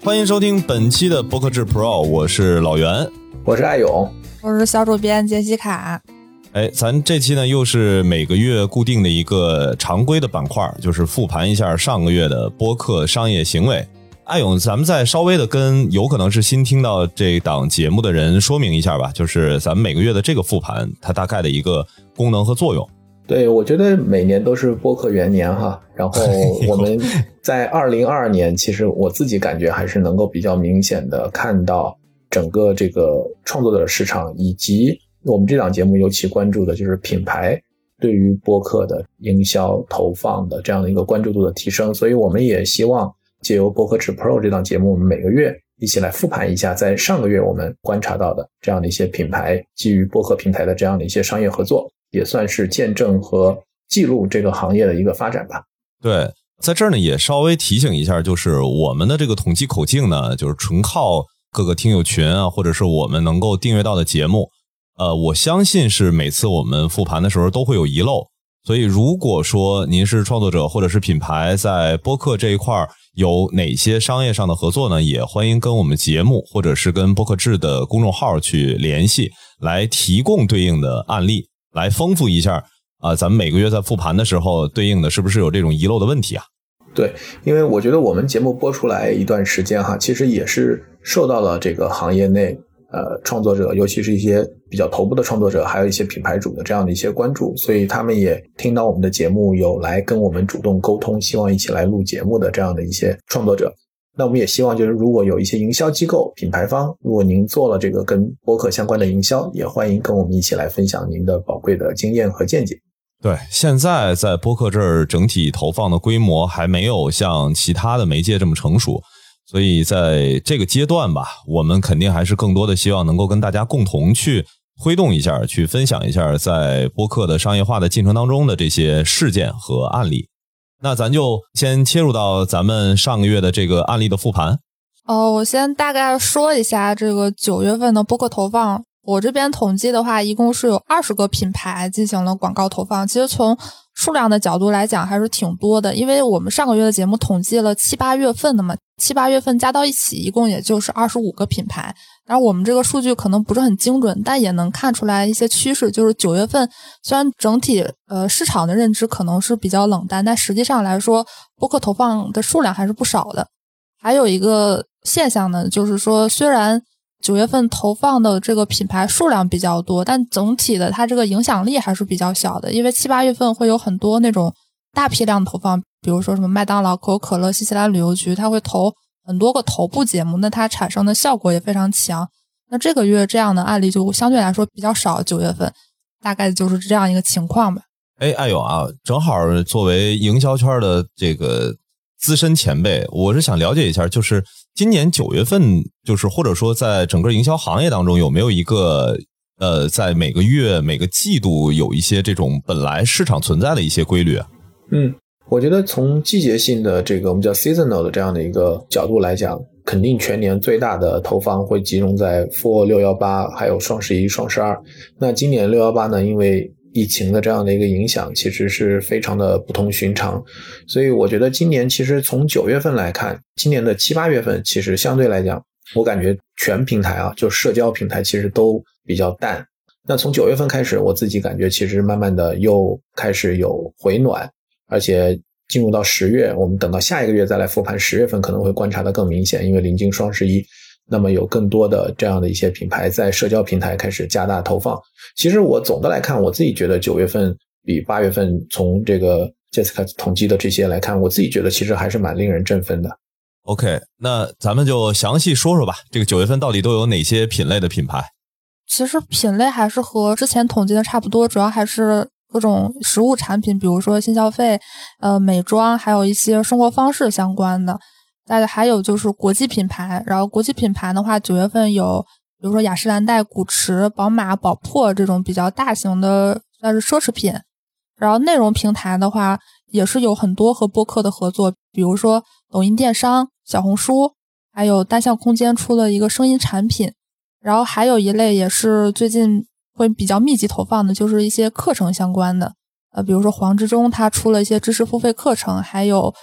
欢迎收听本期的播客志 Pro， 我是老袁， 我是艾勇， 我是小主编杰西卡。 咱这期呢又是每个月固定的一个常规的板块，就是复盘一下上个月的播客商业行为。艾勇，咱们再稍微的跟有可能是新听到这档节目的人说明一下吧，就是咱们每个月的这个复盘它大概的一个功能和作用。 对，我觉得每年都是播客元年哈，然后我们在2022年其实我自己感觉还是能够比较明显的看到整个这个创作者市场，以及我们这档节目尤其关注的就是品牌对于播客的营销投放的这样的一个关注度的提升，所以我们也希望借由播客志 Pro 这档节目，我们每个月一起来复盘一下在上个月我们观察到的这样的一些品牌基于播客平台的这样的一些商业合作，也算是见证和记录这个行业的一个发展吧。 对，在这儿呢也稍微提醒一下，就是我们的这个统计口径呢，就是纯靠各个听友群啊，或者是我们能够订阅到的节目。我相信是每次我们复盘的时候都会有遗漏，所以如果说您是创作者或者是品牌在播客这一块有哪些商业上的合作呢，也欢迎跟我们节目或者是跟播客志的公众号去联系，来提供对应的案例，来丰富一下咱们每个月在复盘的时候对应的是不是有这种遗漏的问题啊？ 对，因为我觉得我们节目播出来一段时间哈，其实也是受到了这个行业内创作者，尤其是一些比较头部的创作者，还有一些品牌主的这样的一些关注，所以他们也听到我们的节目，有来跟我们主动沟通，希望一起来录节目的这样的一些创作者。那我们也希望就是如果有一些营销机构、品牌方，如果您做了这个跟播客相关的营销，也欢迎跟我们一起来分享您的宝贵的经验和见解。 对，现在在播客这儿整体投放的规模还没有像其他的媒介这么成熟，所以在这个阶段吧，我们肯定还是更多的希望能够跟大家共同去推动一下，去分享一下在播客的商业化的进程当中的这些事件和案例。那咱就先切入到咱们上个月的这个案例的复盘。 我先大概说一下这个9月份的播客投放。我这边统计的话，一共是有20个品牌进行了广告投放。其实从数量的角度来讲还是挺多的，因为我们上个月的节目统计了7、8月份的嘛，7、8月份加到一起一共也就是25个品牌。当然我们这个数据可能不是很精准，但也能看出来一些趋势，就是9月份虽然整体市场的认知可能是比较冷淡，但实际上来说播客投放的数量还是不少的。还有一个现象呢，就是说虽然9月份投放的这个品牌数量比较多，但整体的它这个影响力还是比较小的，因为7、8月份会有很多那种大批量投放，比如说什么麦当劳、可口可乐、新西兰旅游局，它会投很多个头部节目，那它产生的效果也非常强。那这个月这样的案例就相对来说比较少，9月份大概就是这样一个情况吧。 艾勇啊，正好作为营销圈的这个资深前辈，我是想了解一下，就是今年9月份，就是或者说在整个营销行业当中有没有一个在每个月每个季度有一些这种本来市场存在的一些规律啊？ 我觉得从季节性的这个我们叫 seasonal 的这样的一个角度来讲，肯定全年最大的投放会集中在 for 618还有双11、双12。那今年618呢，因为疫情的这样的一个影响，其实是非常的不同寻常，所以我觉得今年其实从9月份来看，今年的7、8月份其实相对来讲，我感觉全平台就社交平台其实都比较淡。那从9月份开始，我自己感觉其实慢慢的又开始有回暖，而且进入到10月，我们等到下一个月再来复盘10月份可能会观察得更明显，因为临近双11，那么有更多的这样的一些品牌在社交平台开始加大投放。其实我总的来看，我自己觉得9月份比8月份从这个 Jessica 统计的这些来看，我自己觉得其实还是蛮令人振奋的。 OK， 那咱们就详细说说吧，这个9月份到底都有哪些品类的品牌？ 其实品类还是和之前统计的差不多，主要还是各种实物产品，比如说新消费、美妆，还有一些生活方式相关的。再还有就是国际品牌，然后国际品牌的话9月份有比如说雅诗兰黛、古驰、宝马、宝珀这种比较大型的算是奢侈品。然后内容平台的话也是有很多和播客的合作，比如说抖音电商、小红书，还有单向空间出了一个声音产品。然后还有一类也是最近会比较密集投放的，就是一些课程相关的，比如说黄志忠他出了一些知识付费课程，还有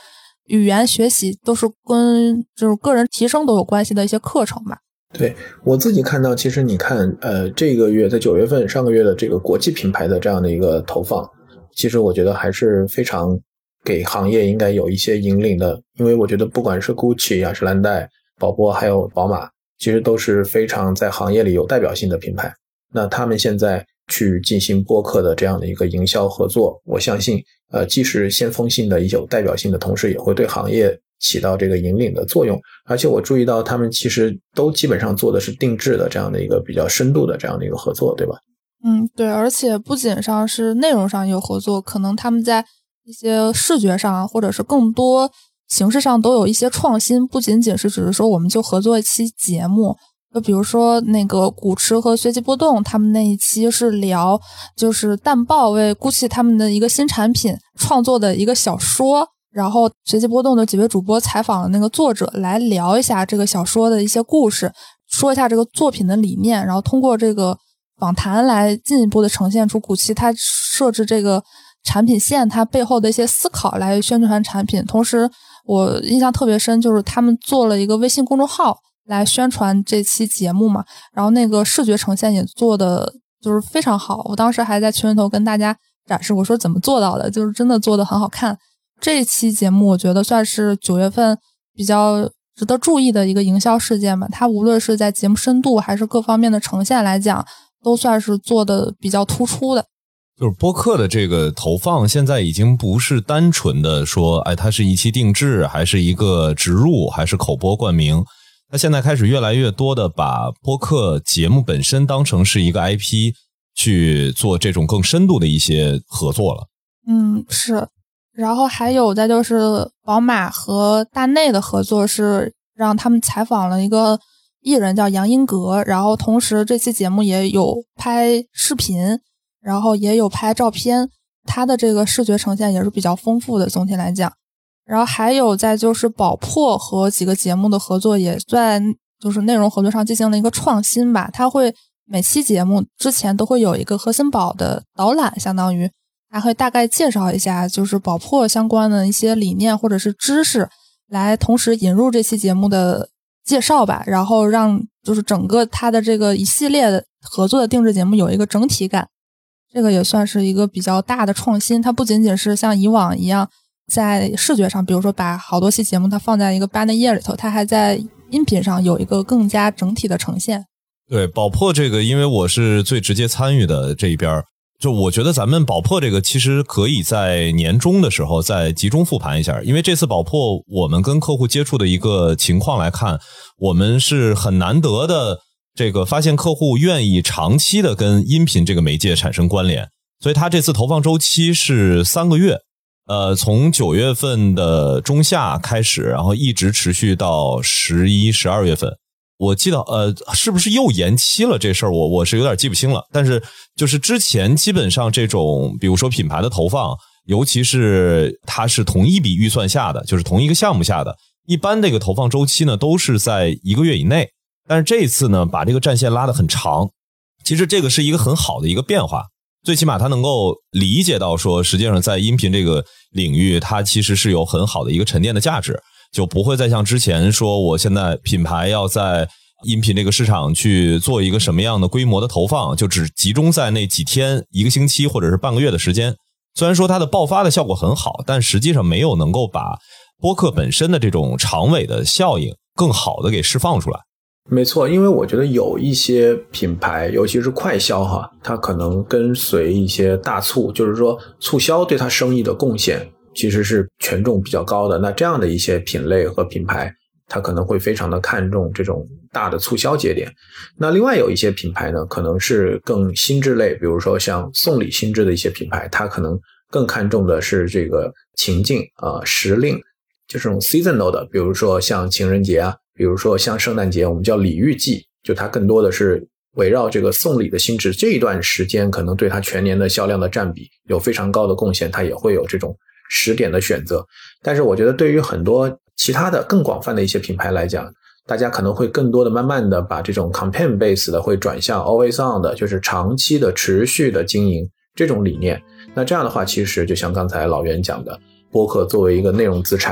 语言学习都是跟就是个人提升都有关系的一些课程吧。 对，我自己看到，其实你看这个月在9月份上个月的这个国际品牌的这样的一个投放，其实我觉得还是非常给行业应该有一些引领的，因为我觉得不管是 Gucci、雅诗兰黛、宝珀还有宝马，其实都是非常在行业里有代表性的品牌。那他们现在去进行播客的这样的一个营销合作，我相信既是先锋性的有代表性的同时，也会对行业起到这个引领的作用。而且我注意到他们其实都基本上做的是定制的这样的一个比较深度的这样的一个合作，对吧？ 对，而且不仅上是内容上有合作，可能他们在一些视觉上或者是更多形式上都有一些创新，不仅仅是只是说我们就合作一期节目。就比如说那个古驰和随机波动，他们那一期是聊就是淡豹为 Gucci 他们的一个新产品创作的一个小说，然后随机波动的几位主播采访了那个作者来聊一下这个小说的一些故事，说一下这个作品的理念，然后通过这个访谈来进一步的呈现出Gucci它设置这个产品线它背后的一些思考来宣传产品。同时我印象特别深，就是他们做了一个微信公众号来宣传这期节目嘛，然后那个视觉呈现也做的就是非常好，我当时还在群里头跟大家展示，我说怎么做到的，就是真的做的很好看。这一期节目我觉得算是9月份比较值得注意的一个营销事件吧，它无论是在节目深度还是各方面的呈现来讲，都算是做的比较突出的。 就是播客的这个投放现在已经不是单纯的说它是一期定制还是一个植入还是口播冠名，它现在开始越来越多的把播客节目本身当成是一个 IP 去做这种更深度的一些合作了。 是。然后还有再就是宝马和大内的合作是让他们采访了一个艺人叫杨英格，然后同时这期节目也有拍视频，然后也有拍照片，它的这个视觉呈现也是比较丰富的，总体来讲。然后还有再就是宝珀和几个节目的合作也在就是内容合作上进行了一个创新吧，它会每期节目之前都会有一个核心宝的导览，相当于它会大概介绍一下就是宝珀相关的一些理念或者是知识，来同时引入这期节目的介绍吧，然后让就是整个它的这个一系列的合作的定制节目有一个整体感，这个也算是一个比较大的创新。它不仅仅是像以往一样在视觉上，比如说把好多期节目它放在一个 banner 页里头，它还在音频上有一个更加整体的呈现。 对，宝珀这个因为我是最直接参与的这一边，就我觉得咱们宝珀这个其实可以在年终的时候再集中复盘一下，因为这次宝珀我们跟客户接触的一个情况来看，我们是很难得的这个发现客户愿意长期的跟音频这个媒介产生关联，所以他这次投放周期是3个月，从9月份的中下开始，然后一直持续到11、12月份。我记得是不是又延期了这事儿，我是有点记不清了，但是就是之前基本上这种比如说品牌的投放，尤其是它是同一笔预算下的，就是同一个项目下的，一般这个投放周期呢都是在1个月以内，但是这一次呢把这个战线拉得很长，其实这个是一个很好的一个变化，最起码它能够理解到说实际上在音频这个领域它其实是有很好的一个沉淀的价值，就不会再像之前说我现在品牌要在音频这个市场去做一个什么样的规模的投放，就只集中在那几天、1个星期或者是半个月的时间。虽然说它的爆发的效果很好，但实际上没有能够把播客本身的这种长尾的效应更好的给释放出来。 没错，因为我觉得有一些品牌，尤其是快销哈，它可能跟随一些大促，就是说促销对它生意的贡献其实是权重比较高的，那这样的一些品类和品牌它可能会非常的看重这种大的促销节点。那另外有一些品牌呢可能是更心智类，比如说像送礼心智的一些品牌，它可能更看重的是这个情境时令，就这种 seasonal 的，比如说像情人节啊，比如说像圣诞节我们叫礼遇季，就它更多的是围绕这个送礼的性质，这一段时间可能对它全年的销量的占比有非常高的贡献，它也会有这种时点的选择。但是我觉得对于很多其他的更广泛的一些品牌来讲，大家可能会更多的慢慢的把这种 campaign base 的会转向 always on 的，就是长期的持续的经营这种理念。那这样的话其实就像刚才老袁讲的，播客作为一个内容资产，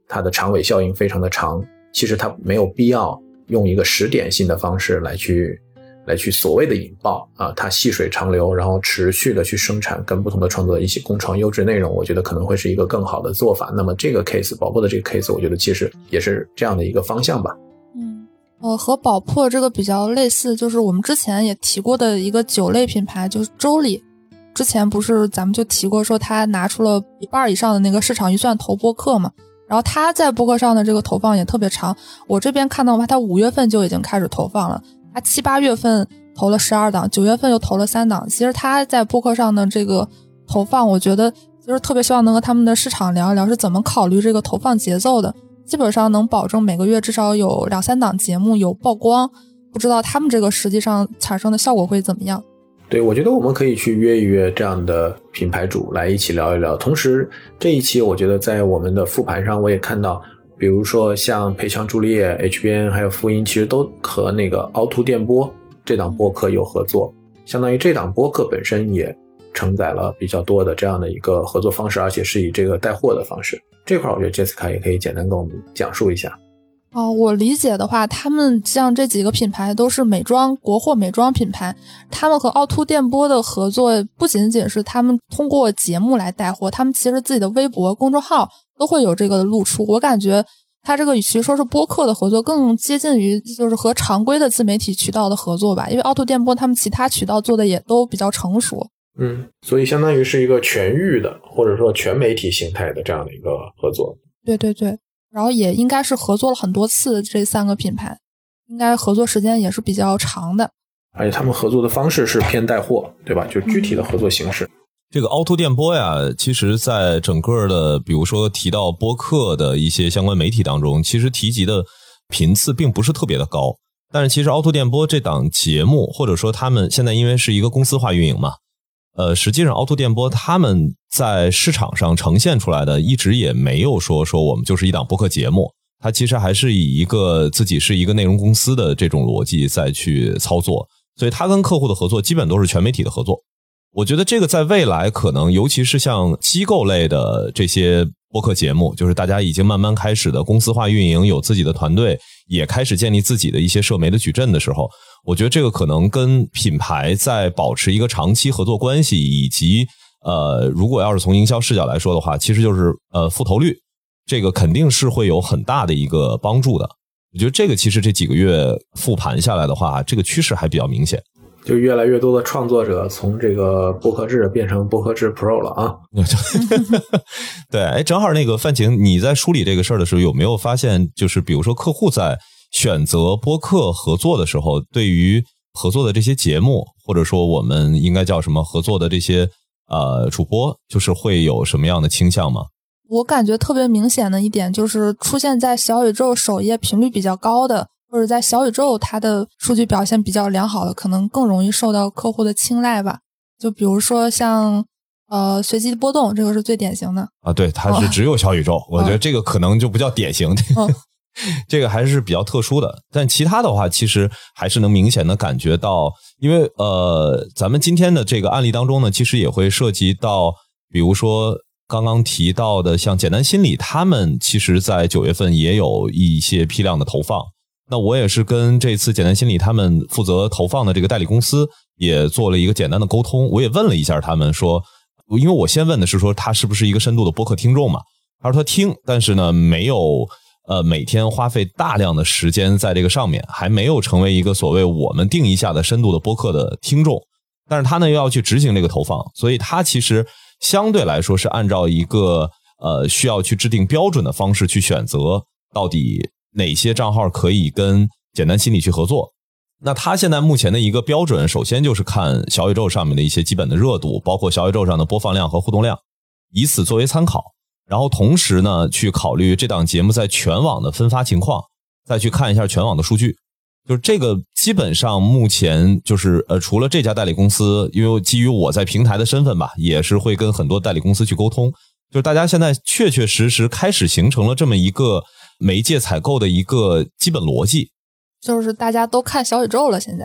它的长尾效应非常的长，其实它没有必要用一个时点性的方式来去所谓的引爆啊，它细水长流，然后持续的去生产跟不同的创作者一起共创优质内容，我觉得可能会是一个更好的做法。那么这个 case 宝珀的这个 case 我觉得其实也是这样的一个方向吧。 和宝珀这个比较类似，就是我们之前也提过的一个酒类品牌，就是周礼。之前不是咱们就提过说他拿出了1半以上的那个市场预算投播客嘛，然后他在播客上的这个投放也特别长。我这边看到的话，他5月份就已经开始投放了，他7、8月份投了12档，9月份又投了3档。其实他在播客上的这个投放，我觉得就是特别希望能和他们的市场聊一聊是怎么考虑这个投放节奏的。基本上能保证每个月至少有2、3档节目有曝光，不知道他们这个实际上产生的效果会怎么样。 对，我觉得我们可以去约一约这样的品牌主来一起聊一聊。同时这一期我觉得在我们的复盘上我也看到，比如说像配枪朱丽叶、HBN 还有福音其实都和那个凹凸电波这档播客有合作，相当于这档播客本身也承载了比较多的这样的一个合作方式，而且是以这个带货的方式。这块我觉得 Jessica 也可以简单跟我们讲述一下。 我理解的话，他们像这几个品牌都是国货美妆品牌，他们和凹凸电波的合作不仅仅是他们通过节目来带货，他们其实自己的微博公众号都会有这个露出。我感觉他这个与其说是播客的合作，更接近于就是和常规的自媒体渠道的合作吧，因为凹凸电波他们其他渠道做的也都比较成熟。 所以相当于是一个全域的或者说全媒体形态的这样的一个合作。 对对对，然后也应该是合作了很多次，这3个品牌应该合作时间也是比较长的， 而且他们合作的方式是偏带货，对吧？就具体的合作形式。 这个凹凸电波呀，其实在整个的比如说提到播客的一些相关媒体当中，其实提及的频次并不是特别的高。但是其实凹凸电波这档节目，或者说他们现在因为是一个公司化运营嘛，实际上凹凸电波他们在市场上呈现出来的一直也没有说我们就是一档播客节目，它其实还是以一个自己是一个内容公司的这种逻辑再去操作，所以它跟客户的合作基本都是全媒体的合作。我觉得这个在未来可能尤其是像机构类的这些播客节目，就是大家已经慢慢开始的公司化运营，有自己的团队，也开始建立自己的一些社媒的矩阵的时候，我觉得这个可能跟品牌在保持一个长期合作关系，以及如果要是从营销视角来说的话，其实就是复投率，这个肯定是会有很大的一个帮助的。我觉得这个其实这几个月复盘下来的话，这个趋势还比较明显。 就越来越多的创作者从这个播客制变成播客制 Pro 了啊。 对，正好那个范晴，你在梳理这个事儿的时候，有没有发现就是比如说客户在选择播客合作的时候，对于合作的这些节目，或者说我们应该叫什么合作的这些主播，就是会有什么样的倾向吗？ 我感觉特别明显的一点就是出现在小宇宙首页频率比较高的，或者在小宇宙它的数据表现比较良好的，可能更容易受到客户的青睐吧。就比如说像随机波动，这个是最典型的啊。对，它是只有小宇宙，我觉得这个可能就不叫典型，这个还是比较特殊的。但其他的话，其实还是能明显的感觉到，因为咱们今天的这个案例当中呢，其实也会涉及到，比如说刚刚提到的像简单心理，他们其实在9月份也有一些批量的投放。那我也是跟这次简单心理他们负责投放的这个代理公司也做了一个简单的沟通，我也问了一下他们说，因为我先问的是说他是不是一个深度的播客听众嘛，他说他听，但是呢没有每天花费大量的时间在这个上面，还没有成为一个所谓我们定义下的深度的播客的听众，但是他呢又要去执行这个投放，所以他其实相对来说是按照一个需要去制定标准的方式去选择到底哪些账号可以跟简单心理去合作。那他现在目前的一个标准，首先就是看小宇宙上面的一些基本的热度，包括小宇宙上的播放量和互动量，以此作为参考，然后同时呢去考虑这档节目在全网的分发情况，再去看一下全网的数据。就是这个基本上目前就是除了这家代理公司，因为基于我在平台的身份吧，也是会跟很多代理公司去沟通，就是大家现在确确实实开始形成了这么一个媒介采购的一个基本逻辑， 就是大家都看小宇宙了现在。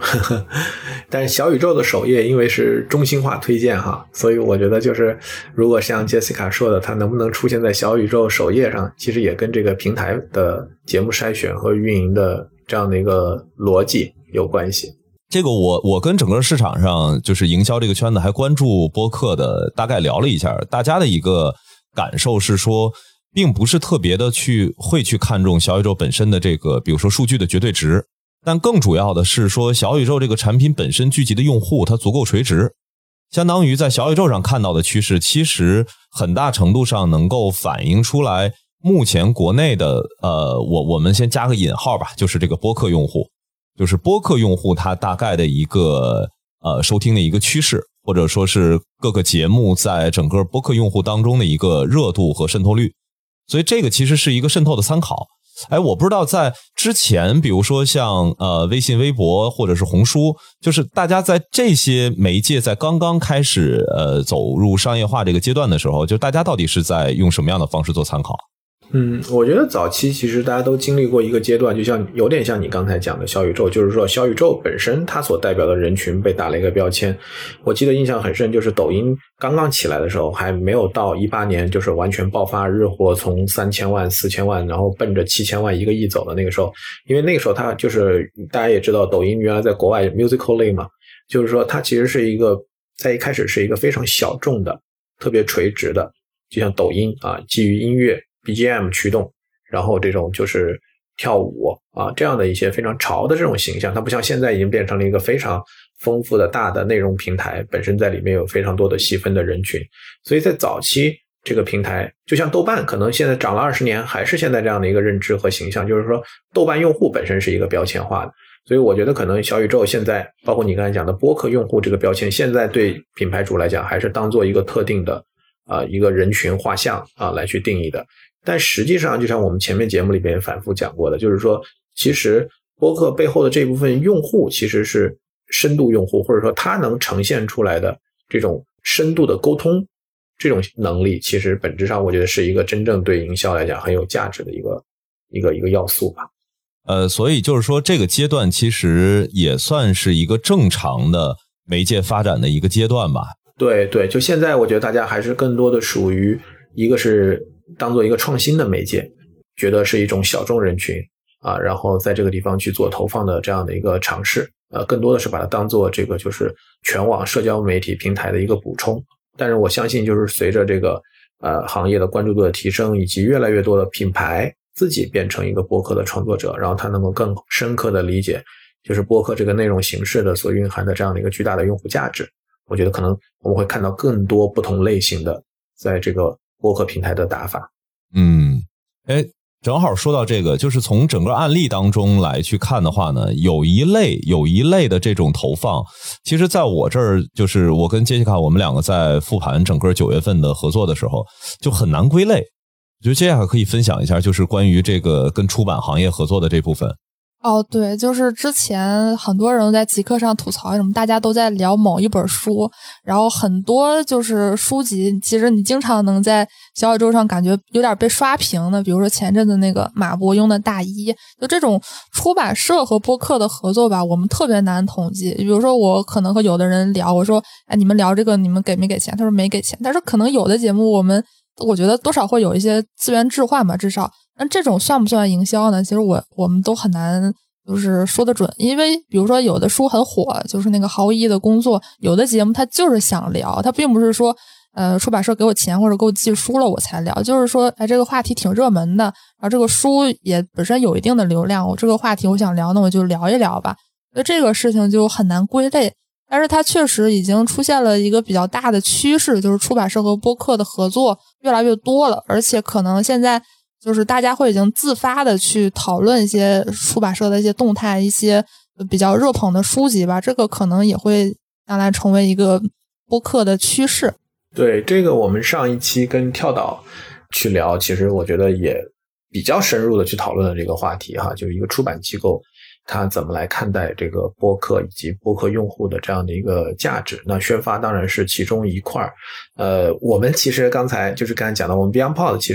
但是小宇宙的首页因为是中心化推荐哈，所以我觉得就是如果像 Jessica 说的，它能不能出现在小宇宙首页上，其实也跟这个平台的节目筛选和运营的这样的一个逻辑有关系。 这个我跟整个市场上就是营销这个圈子还关注播客的大概聊了一下，大家的一个感受是说并不是特别的会去看重小宇宙本身的这个比如说数据的绝对值，但更主要的是说小宇宙这个产品本身聚集的用户它足够垂直，相当于在小宇宙上看到的趋势其实很大程度上能够反映出来目前国内的我们先加个引号吧，就是这个播客用户，就是播客用户它大概的一个收听的一个趋势，或者说是各个节目在整个播客用户当中的一个热度和渗透率，所以这个其实是一个渗透的参考。我不知道在之前比如说像微信微博或者是红书，就是大家在这些媒介在刚刚开始走入商业化这个阶段的时候，就大家到底是在用什么样的方式做参考？ 我觉得早期其实大家都经历过一个阶段，就像有点像你刚才讲的小宇宙，就是说小宇宙本身它所代表的人群被打了一个标签。我记得印象很深，就是抖音刚刚起来的时候，还没有到18年就是完全爆发，日活从3000万4000万然后奔着7000万1个亿走的那个时候，因为那个时候它就是大家也知道抖音原来在国外 Musical.ly 嘛，就是说它其实是一个在一开始是一个非常小众的特别垂直的，就像抖音基于音乐BGM 驱动，然后这种就是跳舞这样的一些非常潮的这种形象，它不像现在已经变成了一个非常丰富的大的内容平台，本身在里面有非常多的细分的人群。所以在早期这个平台就像豆瓣可能现在涨了20年还是现在这样的一个认知和形象，就是说豆瓣用户本身是一个标签化的。所以我觉得可能小宇宙现在包括你刚才讲的播客用户这个标签，现在对品牌主来讲还是当做一个特定的一个人群画像来去定义的。但实际上就像我们前面节目里边反复讲过的，就是说其实播客背后的这部分用户其实是深度用户，或者说他能呈现出来的这种深度的沟通这种能力，其实本质上我觉得是一个真正对营销来讲很有价值的一个要素吧。 所以就是说这个阶段其实也算是一个正常的媒介发展的一个阶段吧。 对对，就现在我觉得大家还是更多的属于一个是当做一个创新的媒介，觉得是一种小众人群然后在这个地方去做投放的这样的一个尝试，更多的是把它当做这个就是全网社交媒体平台的一个补充。但是我相信就是随着这个行业的关注度的提升，以及越来越多的品牌自己变成一个播客的创作者，然后他能够更深刻的理解就是播客这个内容形式的所蕴含的这样的一个巨大的用户价值，我觉得可能我们会看到更多不同类型的在这个播客平台的打法。 正好说到这个，就是从整个案例当中来去看的话呢，有一类的这种投放，其实在我这儿就是我跟杰西卡我们两个在复盘整个9月份的合作的时候就很难归类。我觉得杰西卡可以分享一下就是关于这个跟出版行业合作的这部分。 对，就是之前很多人在极客上吐槽什么，大家都在聊某一本书，然后很多就是书籍其实你经常能在小宇宙上感觉有点被刷屏的，比如说前阵子那个马伯庸的大衣，就这种出版社和播客的合作吧，我们特别难统计。比如说我可能和有的人聊，我说你们聊这个你们给没给钱，他说没给钱，但是可能有的节目我觉得多少会有一些资源置换吧，至少那这种算不算营销呢？其实我们都很难就是说得准，因为比如说有的书很火，就是那个毫无意义的工作，有的节目他就是想聊，他并不是说出版社给我钱或者给我寄书了我才聊，就是说这个话题挺热门的，然后这个书也本身有一定的流量，我这个话题我想聊，那我就聊一聊吧。所以这个事情就很难归类，但是它确实已经出现了一个比较大的趋势，就是出版社和播客的合作越来越多了，而且可能现在就是大家会已经自发的去讨论一些出版社的一些动态，一些比较热捧的书籍吧，这个可能也会将来成为一个播客的趋势。 对，这个我们上一期跟跳岛去聊，其实我觉得也比较深入的去讨论了这个话题哈，就是一个出版机构它怎么来看待这个播客以及播客用户的这样的一个价值。那宣发当然是其中一块。我们其实刚才讲到我们 BeyondPod 其实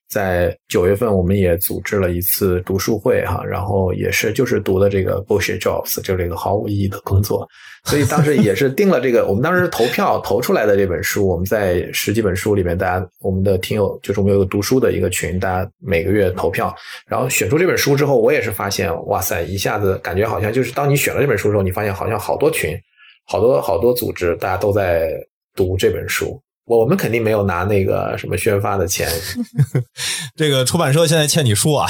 在9月份我们也组织了一次读书会哈，然后也是就是读的这个 Bullshit Jobs， 就这个毫无意义的工作，所以当时也是定了这个我们当时投票投出来的这本书，我们在10几本书里面，大家我们的听友就是我们有个读书的一个群，大家每个月投票，然后选出这本书之后，我也是发现哇塞，一下子感觉好像就是当你选了这本书之后，你发现好像好多群好多组织大家都在读这本书。我们肯定没有拿那个什么宣发的钱这个出版社现在欠你书啊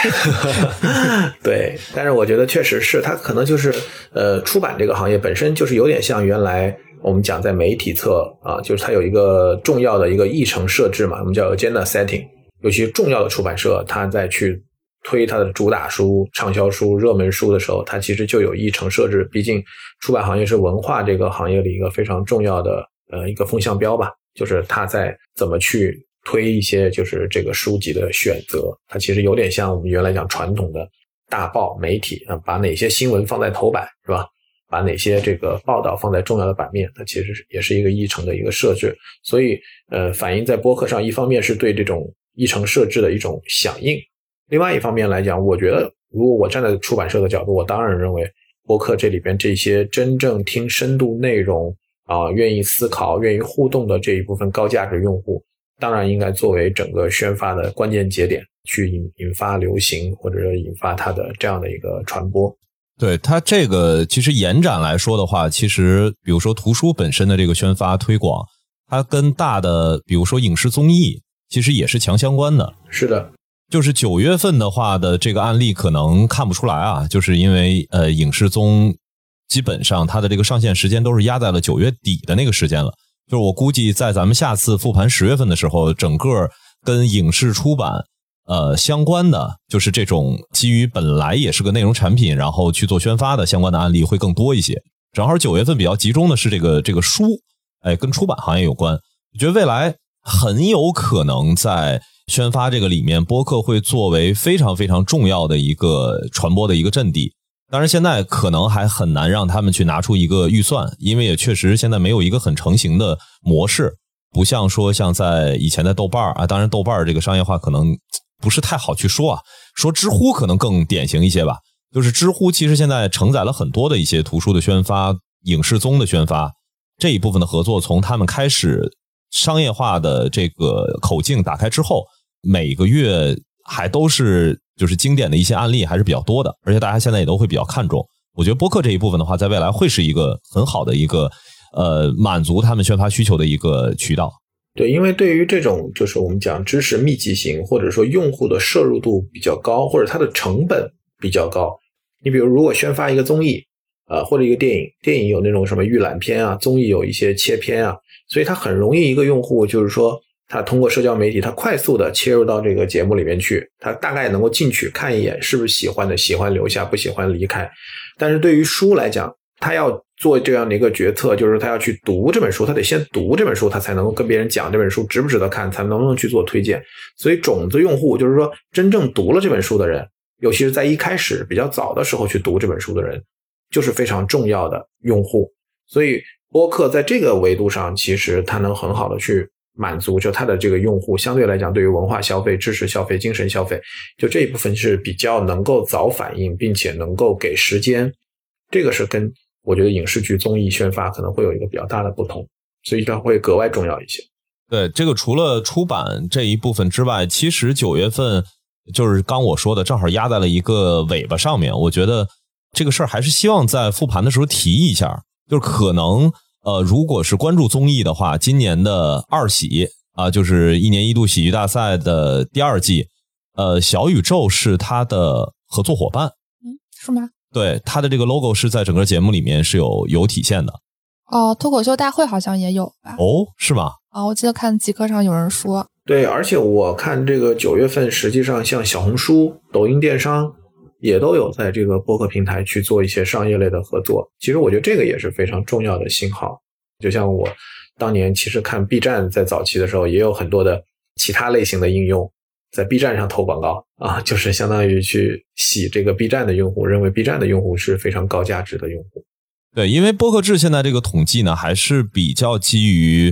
对，但是我觉得确实是它可能就是出版这个行业本身就是有点像原来我们讲在媒体侧啊，就是它有一个重要的一个议程设置嘛，我们叫 agenda setting， 尤其重要的出版社它在去推它的主打书、畅销书、热门书的时候，它其实就有议程设置，毕竟出版行业是文化这个行业里一个非常重要的一个风向标吧，就是它在怎么去推一些就是这个书籍的选择，它其实有点像我们原来讲传统的大报媒体啊，把哪些新闻放在头版是吧？把哪些这个报道放在重要的版面，它其实也是一个议程的一个设置。所以反映在播客上，一方面是对这种议程设置的一种响应，另外一方面来讲，我觉得如果我站在出版社的角度，我当然认为播客这里边这些真正听深度内容愿意思考、愿意互动的这一部分高价值用户，当然应该作为整个宣发的关键节点，去引发流行，或者是引发它的这样的一个传播。 对，它这个其实延展来说的话，其实比如说图书本身的这个宣发推广，它跟大的比如说影视综艺其实也是强相关的。 是的， 就是9月份的话的这个案例可能看不出来啊，就是因为影视综基本上它的这个上线时间都是压在了9月底的那个时间了，就是我估计在咱们下次复盘10月份的时候，整个跟影视出版相关的，就是这种基于本来也是个内容产品然后去做宣发的相关的案例会更多一些。正好9月份比较集中的是这个书，跟出版行业有关。我觉得未来很有可能在宣发这个里面，播客会作为非常非常重要的一个传播的一个阵地。当然现在可能还很难让他们去拿出一个预算，因为也确实现在没有一个很成型的模式，不像说像在以前的豆瓣啊，当然豆瓣这个商业化可能不是太好去说啊，说知乎可能更典型一些吧。就是知乎其实现在承载了很多的一些图书的宣发、影视综的宣发，这一部分的合作从他们开始商业化的这个口径打开之后，每个月还都是就是经典的一些案例还是比较多的，而且大家现在也都会比较看重。我觉得播客这一部分的话，在未来会是一个很好的一个满足他们宣发需求的一个渠道。 对，因为对于这种就是我们讲知识密集型，或者说用户的摄入度比较高，或者它的成本比较高，你比如如果宣发一个综艺或者一个电影有那种什么预览片啊，综艺有一些切片啊，所以它很容易一个用户就是说他通过社交媒体，他快速的切入到这个节目里面去，他大概能够进去看一眼，是不是喜欢的，喜欢留下，不喜欢离开。但是对于书来讲，他要做这样的一个决策，就是他要去读这本书，他得先读这本书，他才能够跟别人讲这本书值不值得看，才能不能去做推荐。所以种子用户就是说真正读了这本书的人，尤其是在一开始比较早的时候去读这本书的人，就是非常重要的用户。所以播客在这个维度上，其实它能很好的去满足就它的这个用户，相对来讲对于文化消费、知识消费、精神消费，就这一部分是比较能够早反应，并且能够给时间。这个是跟我觉得影视剧、综艺宣发可能会有一个比较大的不同，所以它会格外重要一些。 对，这个除了出版这一部分之外，其实9月份就是刚我说的，正好压在了一个尾巴上面。我觉得这个事儿还是希望在复盘的时候提一下，就是可能如果是关注综艺的话，今年的二喜就是1年1度喜剧大赛的第2季，小宇宙是他的合作伙伴。 是吗？ 对，他的这个 logo 是在整个节目里面是有体现的。 脱口秀大会好像也有吧？ 是吗？ 我记得看极客上有人说。 对，而且我看这个9月份，实际上像小红书、抖音电商也都有在这个播客平台去做一些商业类的合作。其实我觉得这个也是非常重要的信号。就像我当年其实看 B 站在早期的时候，也有很多的其他类型的应用在 B 站上投广告就是相当于去洗这个 B 站的用户，认为 B 站的用户是非常高价值的用户。 对，因为播客制现在这个统计呢，还是比较基于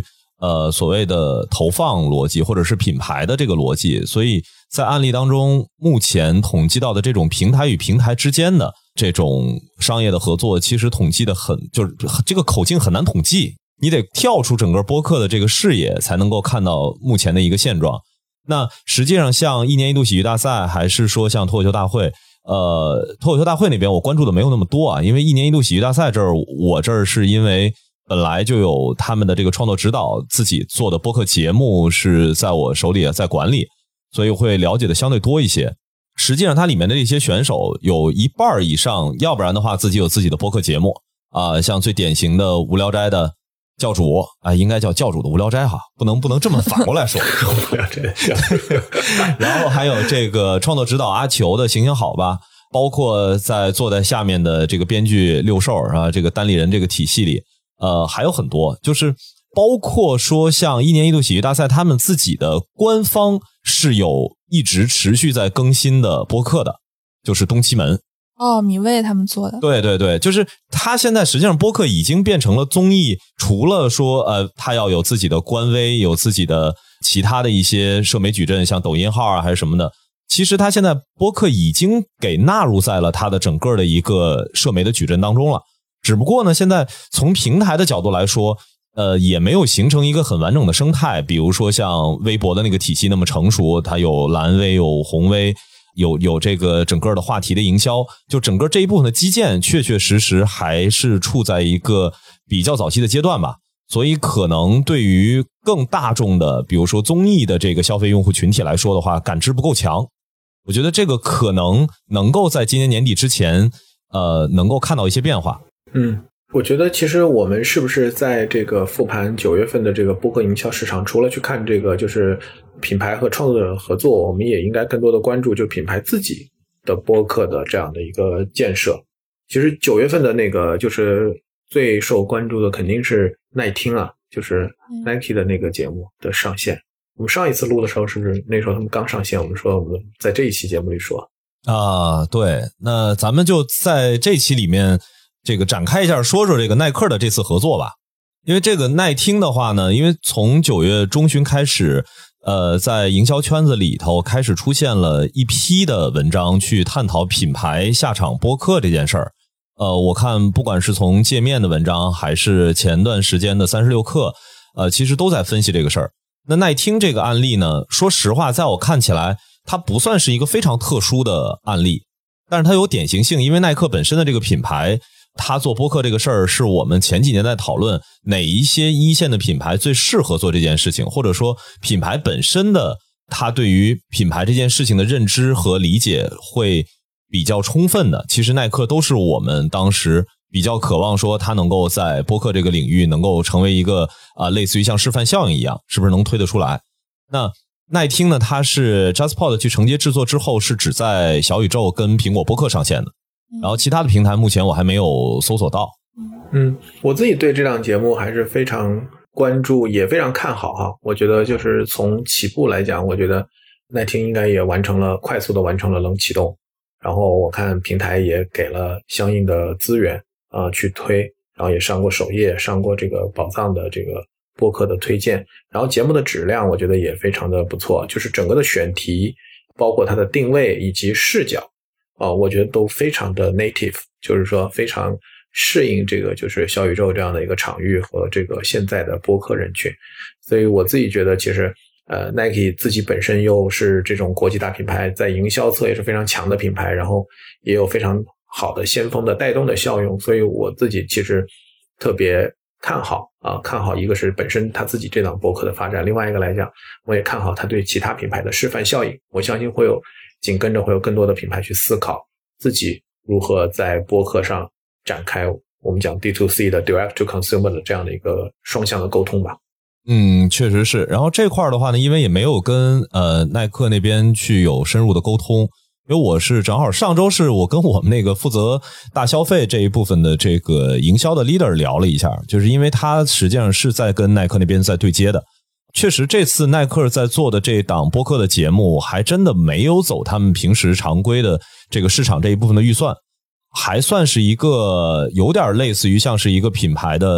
所谓的投放逻辑或者是品牌的这个逻辑，所以在案例当中，目前统计到的这种平台与平台之间的这种商业的合作，其实统计的就是这个口径很难统计，你得跳出整个播客的这个视野，才能够看到目前的一个现状。那实际上像一年一度喜剧大赛，还是说像脱口秀大会，脱口秀大会那边我关注的没有那么多啊，因为一年一度喜剧大赛这儿，我这儿是因为本来就有他们的这个创作指导，自己做的播客节目是在我手里在管理，所以会了解的相对多一些。实际上它里面的这些选手有一半以上，要不然的话自己有自己的播客节目像最典型的无聊斋的教主应该叫教主的无聊斋哈，不能这么反过来说无聊斋然后还有这个创作指导阿球的行行好吧，包括坐在下面的这个编剧六兽这个单立人这个体系里还有很多，就是包括说像一年一度喜剧大赛他们自己的官方是有一直持续在更新的播客的，就是东七门米未他们做的。 对对对，就是他现在实际上播客已经变成了综艺，除了说他要有自己的官微，有自己的其他的一些社媒矩阵，像抖音号还是什么的，其实他现在播客已经给纳入在了他的整个的一个社媒的矩阵当中了。只不过呢，现在从平台的角度来说也没有形成一个很完整的生态，比如说像微博的那个体系那么成熟，它有蓝微有红微，有这个整个的话题的营销，就整个这一部分的基建确确实实还是处在一个比较早期的阶段吧。所以可能对于更大众的比如说综艺的这个消费用户群体来说的话，感知不够强。我觉得这个可能够在今年年底之前能够看到一些变化。 我觉得其实我们是不是在这个复盘9月份的这个播客营销市场，除了去看这个就是品牌和创作者合作，我们也应该更多的关注就品牌自己的播客的这样的一个建设。其实9月份的那个就是最受关注的肯定是耐听就是 Nike 的那个节目的上线。我们上一次录的时候是不是那时候他们刚上线，我们说我们在这一期节目里说对，那咱们就在这期里面这个展开一下，说说这个耐克的这次合作吧。因为这个耐听的话呢，因为从9月中旬开始在营销圈子里头开始出现了一批的文章去探讨品牌下场播客这件事儿。我看不管是从界面的文章还是前段时间的36氪其实都在分析这个事儿。那耐听这个案例呢，说实话在我看起来它不算是一个非常特殊的案例，但是它有典型性，因为耐克本身的这个品牌，他做播客这个事儿是我们前几年在讨论哪一些一线的品牌最适合做这件事情，或者说品牌本身的他对于品牌这件事情的认知和理解会比较充分的。其实耐克都是我们当时比较渴望说他能够在播客这个领域能够成为一个类似于像示范效应一样，是不是能推得出来。那耐听呢，它是 JustPod 去承接制作之后是只在小宇宙跟苹果播客上线的，然后其他的平台目前我还没有搜索到。 我自己对这档节目还是非常关注，也非常看好哈。我觉得就是从起步来讲，我觉得耐听应该也快速的完成了冷启动，然后我看平台也给了相应的资源去推，然后也上过首页，上过这个宝藏的这个播客的推荐，然后节目的质量我觉得也非常的不错，就是整个的选题包括它的定位以及视角我觉得都非常的 native， 就是说非常适应这个就是小宇宙这样的一个场域和这个现在的播客人群。所以我自己觉得其实Nike 自己本身又是这种国际大品牌，在营销侧也是非常强的品牌，然后也有非常好的先锋的带动的效用，所以我自己其实特别看好一个是本身他自己这档播客的发展，另外一个来讲我也看好他对其他品牌的示范效应。我相信紧跟着会有更多的品牌去思考自己如何在播客上展开我们讲 D2C 的 Direct to Consumer 的这样的一个双向的沟通吧。 确实是。然后这块的话呢，因为也没有跟耐克那边去有深入的沟通，因为我是正好上周是我跟我们那个负责大消费这一部分的这个营销的 leader 聊了一下，就是因为他实际上是在跟耐克那边在对接的。确实这次耐克在做的这档播客的节目还真的没有走他们平时常规的这个市场这一部分的预算，还算是一个有点类似于像是一个品牌的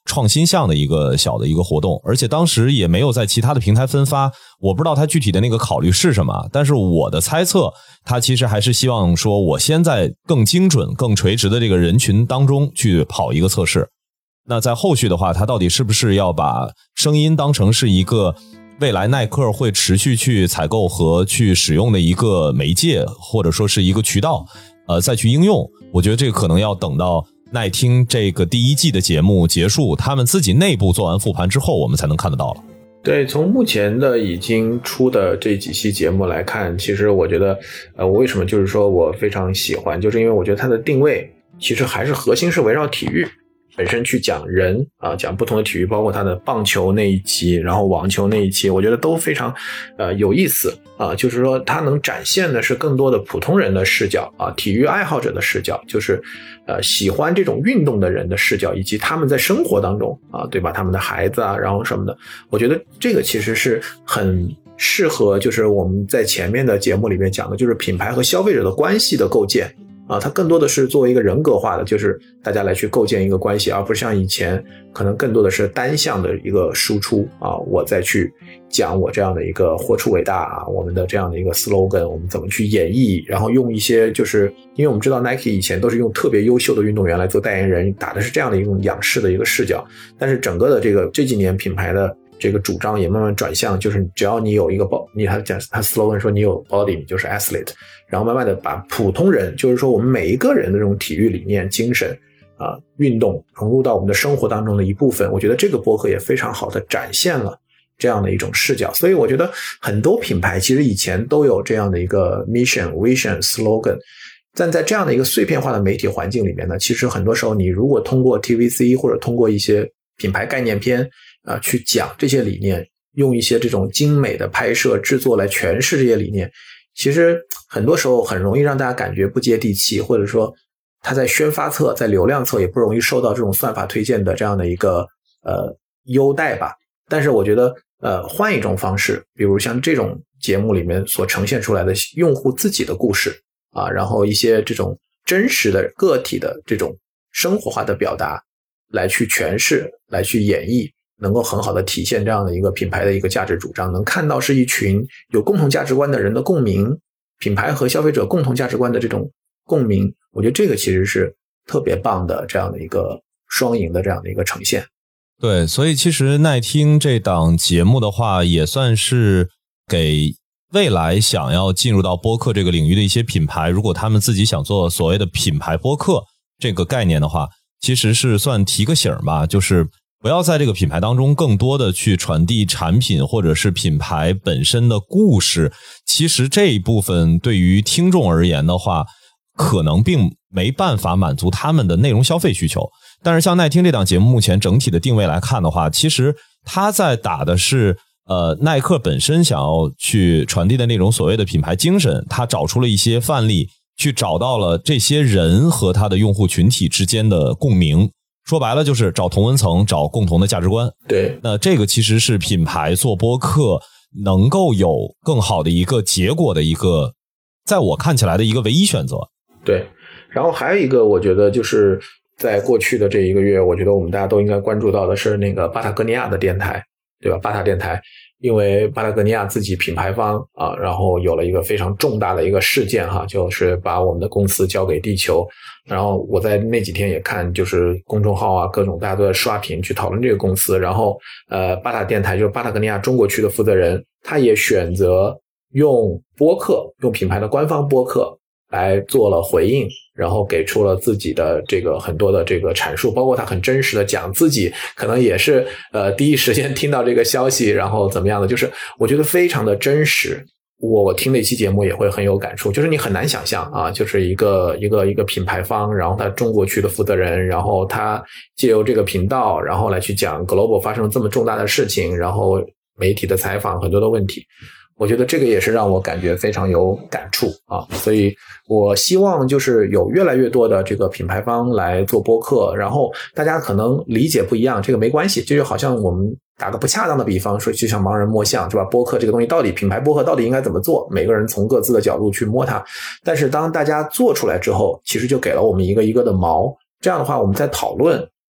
创新项的一个小的一个活动，而且当时也没有在其他的平台分发，我不知道他具体的那个考虑是什么，但是我的猜测他其实还是希望说我先在更精准更垂直的这个人群当中去跑一个测试。那在后续的话，他到底是不是要把声音当成是一个未来耐克会持续去采购和去使用的一个媒介，或者说是一个渠道再去应用，我觉得这个可能要等到耐听这个第一季的节目结束，他们自己内部做完复盘之后，我们才能看得到了。 对，从目前的已经出的这几期节目来看，其实我觉得我为什么就是说我非常喜欢，就是因为我觉得它的定位其实还是核心是围绕体育本身去讲人啊，讲不同的体育，包括它的棒球那一期，然后网球那一期，我觉得都非常有意思啊。就是说它能展现的是更多的普通人的视角啊，体育爱好者的视角，就是喜欢这种运动的人的视角，以及他们在生活当中啊，对吧？他们的孩子啊，然后什么的，我觉得这个其实是很适合，就是我们在前面的节目里面讲的，就是品牌和消费者的关系的构建。啊，它更多的是作为一个人格化的，就是大家来去构建一个关系，而不是像以前可能更多的是单向的一个输出啊，我再去讲我这样的一个活出伟大啊，我们的这样的一个 slogan， 我们怎么去演绎，然后用一些就是因为我们知道 Nike 以前都是用特别优秀的运动员来做代言人，打的是这样的一种仰视的一个视角，但是整个的这几年品牌的这个主张也慢慢转向，就是只要你有一个他 slogan 说你有 body 你就是 athlete， 然后慢慢的把普通人，就是说我们每一个人的这种体育理念精神啊，运动融入到我们的生活当中的一部分，我觉得这个播客也非常好的展现了这样的一种视角。所以我觉得很多品牌其实以前都有这样的一个 mission vision slogan， 但在这样的一个碎片化的媒体环境里面呢，其实很多时候你如果通过 TVC 或者通过一些品牌概念片去讲这些理念，用一些这种精美的拍摄制作来诠释这些理念，其实很多时候很容易让大家感觉不接地气，或者说它在宣发侧在流量侧也不容易受到这种算法推荐的这样的一个优待吧。但是我觉得换一种方式，比如像这种节目里面所呈现出来的用户自己的故事啊，然后一些这种真实的个体的这种生活化的表达来去诠释，来去演绎，能够很好的体现这样的一个品牌的一个价值主张，能看到是一群有共同价值观的人的共鸣，品牌和消费者共同价值观的这种共鸣，我觉得这个其实是特别棒的这样的一个双赢的这样的一个呈现。 对，所以其实耐听这档节目的话，也算是给未来想要进入到播客这个领域的一些品牌，如果他们自己想做所谓的品牌播客这个概念的话，其实是算提个醒吧，就是不要在这个品牌当中更多的去传递产品或者是品牌本身的故事，其实这一部分对于听众而言的话，可能并没办法满足他们的内容消费需求。但是像耐听这档节目目前整体的定位来看的话，其实它在打的是耐克本身想要去传递的那种所谓的品牌精神，它找出了一些范例，去找到了这些人和他的用户群体之间的共鸣，说白了就是找同温层，找共同的价值观。 对， 那这个其实是品牌做播客能够有更好的一个结果的一个，在我看起来的一个唯一选择。 对，然后还有一个我觉得就是在过去的这一个月，我觉得我们大家都应该关注到的是那个巴塔哥尼亚的电台，对吧？巴塔电台，因为巴塔哥尼亚自己品牌方啊，然后有了一个非常重大的一个事件哈，就是把我们的公司交给地球。然后我在那几天也看，就是公众号啊，各种大家都在刷屏去讨论这个公司。然后巴塔电台就是巴塔哥尼亚中国区的负责人，他也选择用播客，用品牌的官方播客来做了回应，然后给出了自己的这个很多的这个阐述，包括他很真实的讲自己可能也是第一时间听到这个消息，然后怎么样的，就是我觉得非常的真实。我听那期节目也会很有感触，就是你很难想象啊，就是一个品牌方，然后他中国区的负责人，然后他借由这个频道，然后来去讲 Global 发生了这么重大的事情，然后媒体的采访很多的问题。我觉得这个也是让我感觉非常有感触啊，所以我希望就是有越来越多的这个品牌方来做播客，然后大家可能理解不一样，这个没关系，这就好像我们打个不恰当的比方说，就像盲人摸象，是吧？播客这个东西到底品牌播客到底应该怎么做，每个人从各自的角度去摸它，但是当大家做出来之后，其实就给了我们一个一个的锚，这样的话我们在讨论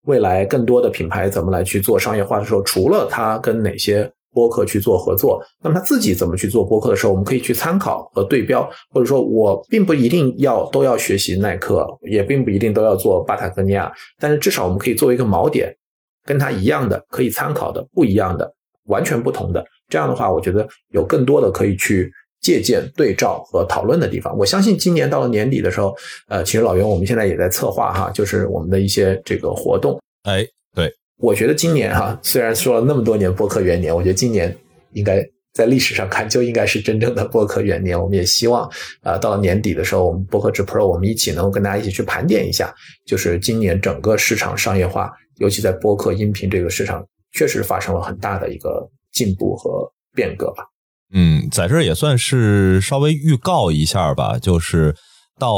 未来更多的品牌怎么来去做商业化的时候，除了它跟哪些播客去做合作，那么他自己怎么去做播客的时候，我们可以去参考和对标，或者说我并不一定都要学习耐克，也并不一定都要做巴塔哥尼亚，但是至少我们可以作为一个锚点，跟它一样的可以参考的，不一样的完全不同的，这样的话我觉得有更多的可以去借鉴对照和讨论的地方。我相信今年到了年底的时候其实老袁我们现在也在策划就是我们的一些这个活动。 对， 我觉得今年虽然说了那么多年播客元年，我觉得今年应该在历史上看就应该是真正的播客元年。我们也希望到了年底的时候，我们播客制 Pro 我们一起能够跟大家一起去盘点一下，就是今年整个市场商业化，尤其在播客音频这个市场确实发生了很大的一个进步和变革吧。 在这儿也算是稍微预告一下吧，就是到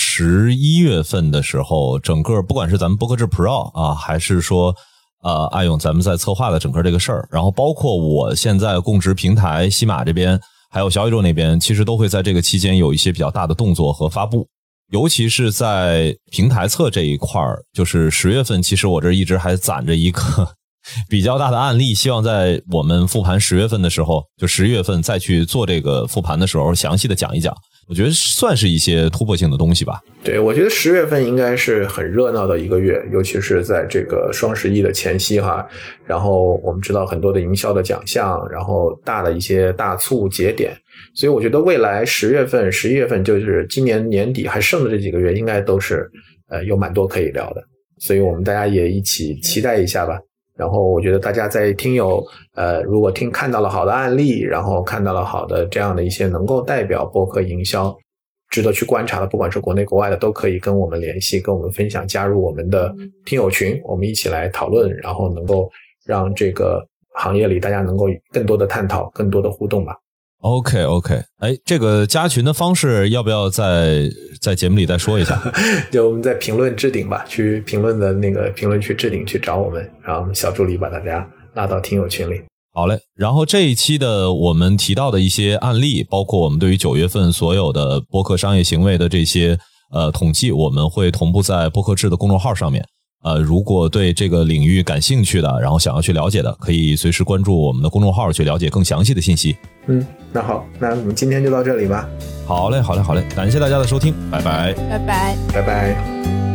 11月份的时候，整个不管是咱们播客制 Pro 还是说阿勇咱们在策划的整个这个事儿，然后包括我现在供职平台西马这边还有小宇宙那边，其实都会在这个期间有一些比较大的动作和发布，尤其是在平台侧这一块儿，就是10月份其实我这一直还攒着一个比较大的案例，希望在我们复盘10月份的时候，就11月份再去做这个复盘的时候详细的讲一讲，我觉得算是一些突破性的东西吧。 对，我觉得10月份应该是很热闹的一个月，尤其是在这个双11的前夕然后我们知道很多的营销的奖项，然后大的一些大促节点，所以我觉得未来10月份11月份就是今年年底还剩的这几个月应该都是有蛮多可以聊的，所以我们大家也一起期待一下吧。然后我觉得大家在听友如果看到了好的案例，然后看到了好的这样的一些能够代表播客营销值得去观察的，不管是国内国外的，都可以跟我们联系，跟我们分享，加入我们的听友群，我们一起来讨论，然后能够让这个行业里大家能够更多的探讨，更多的互动吧。 OK， 这个加群的方式要不要在节目里再说一下？ 就我们在评论置顶吧，去评论的那个评论区置顶去找我们，然后我们小助理把大家拉到听友群里。 好嘞，然后这一期的我们提到的一些案例，包括我们对于9月份所有的播客商业行为的这些统计，我们会同步在播客制的公众号上面。如果对这个领域感兴趣的，然后想要去了解的，可以随时关注我们的公众号去了解更详细的信息。 那好，那我们今天就到这里吧。 好嘞，感谢大家的收听，拜拜。 拜拜。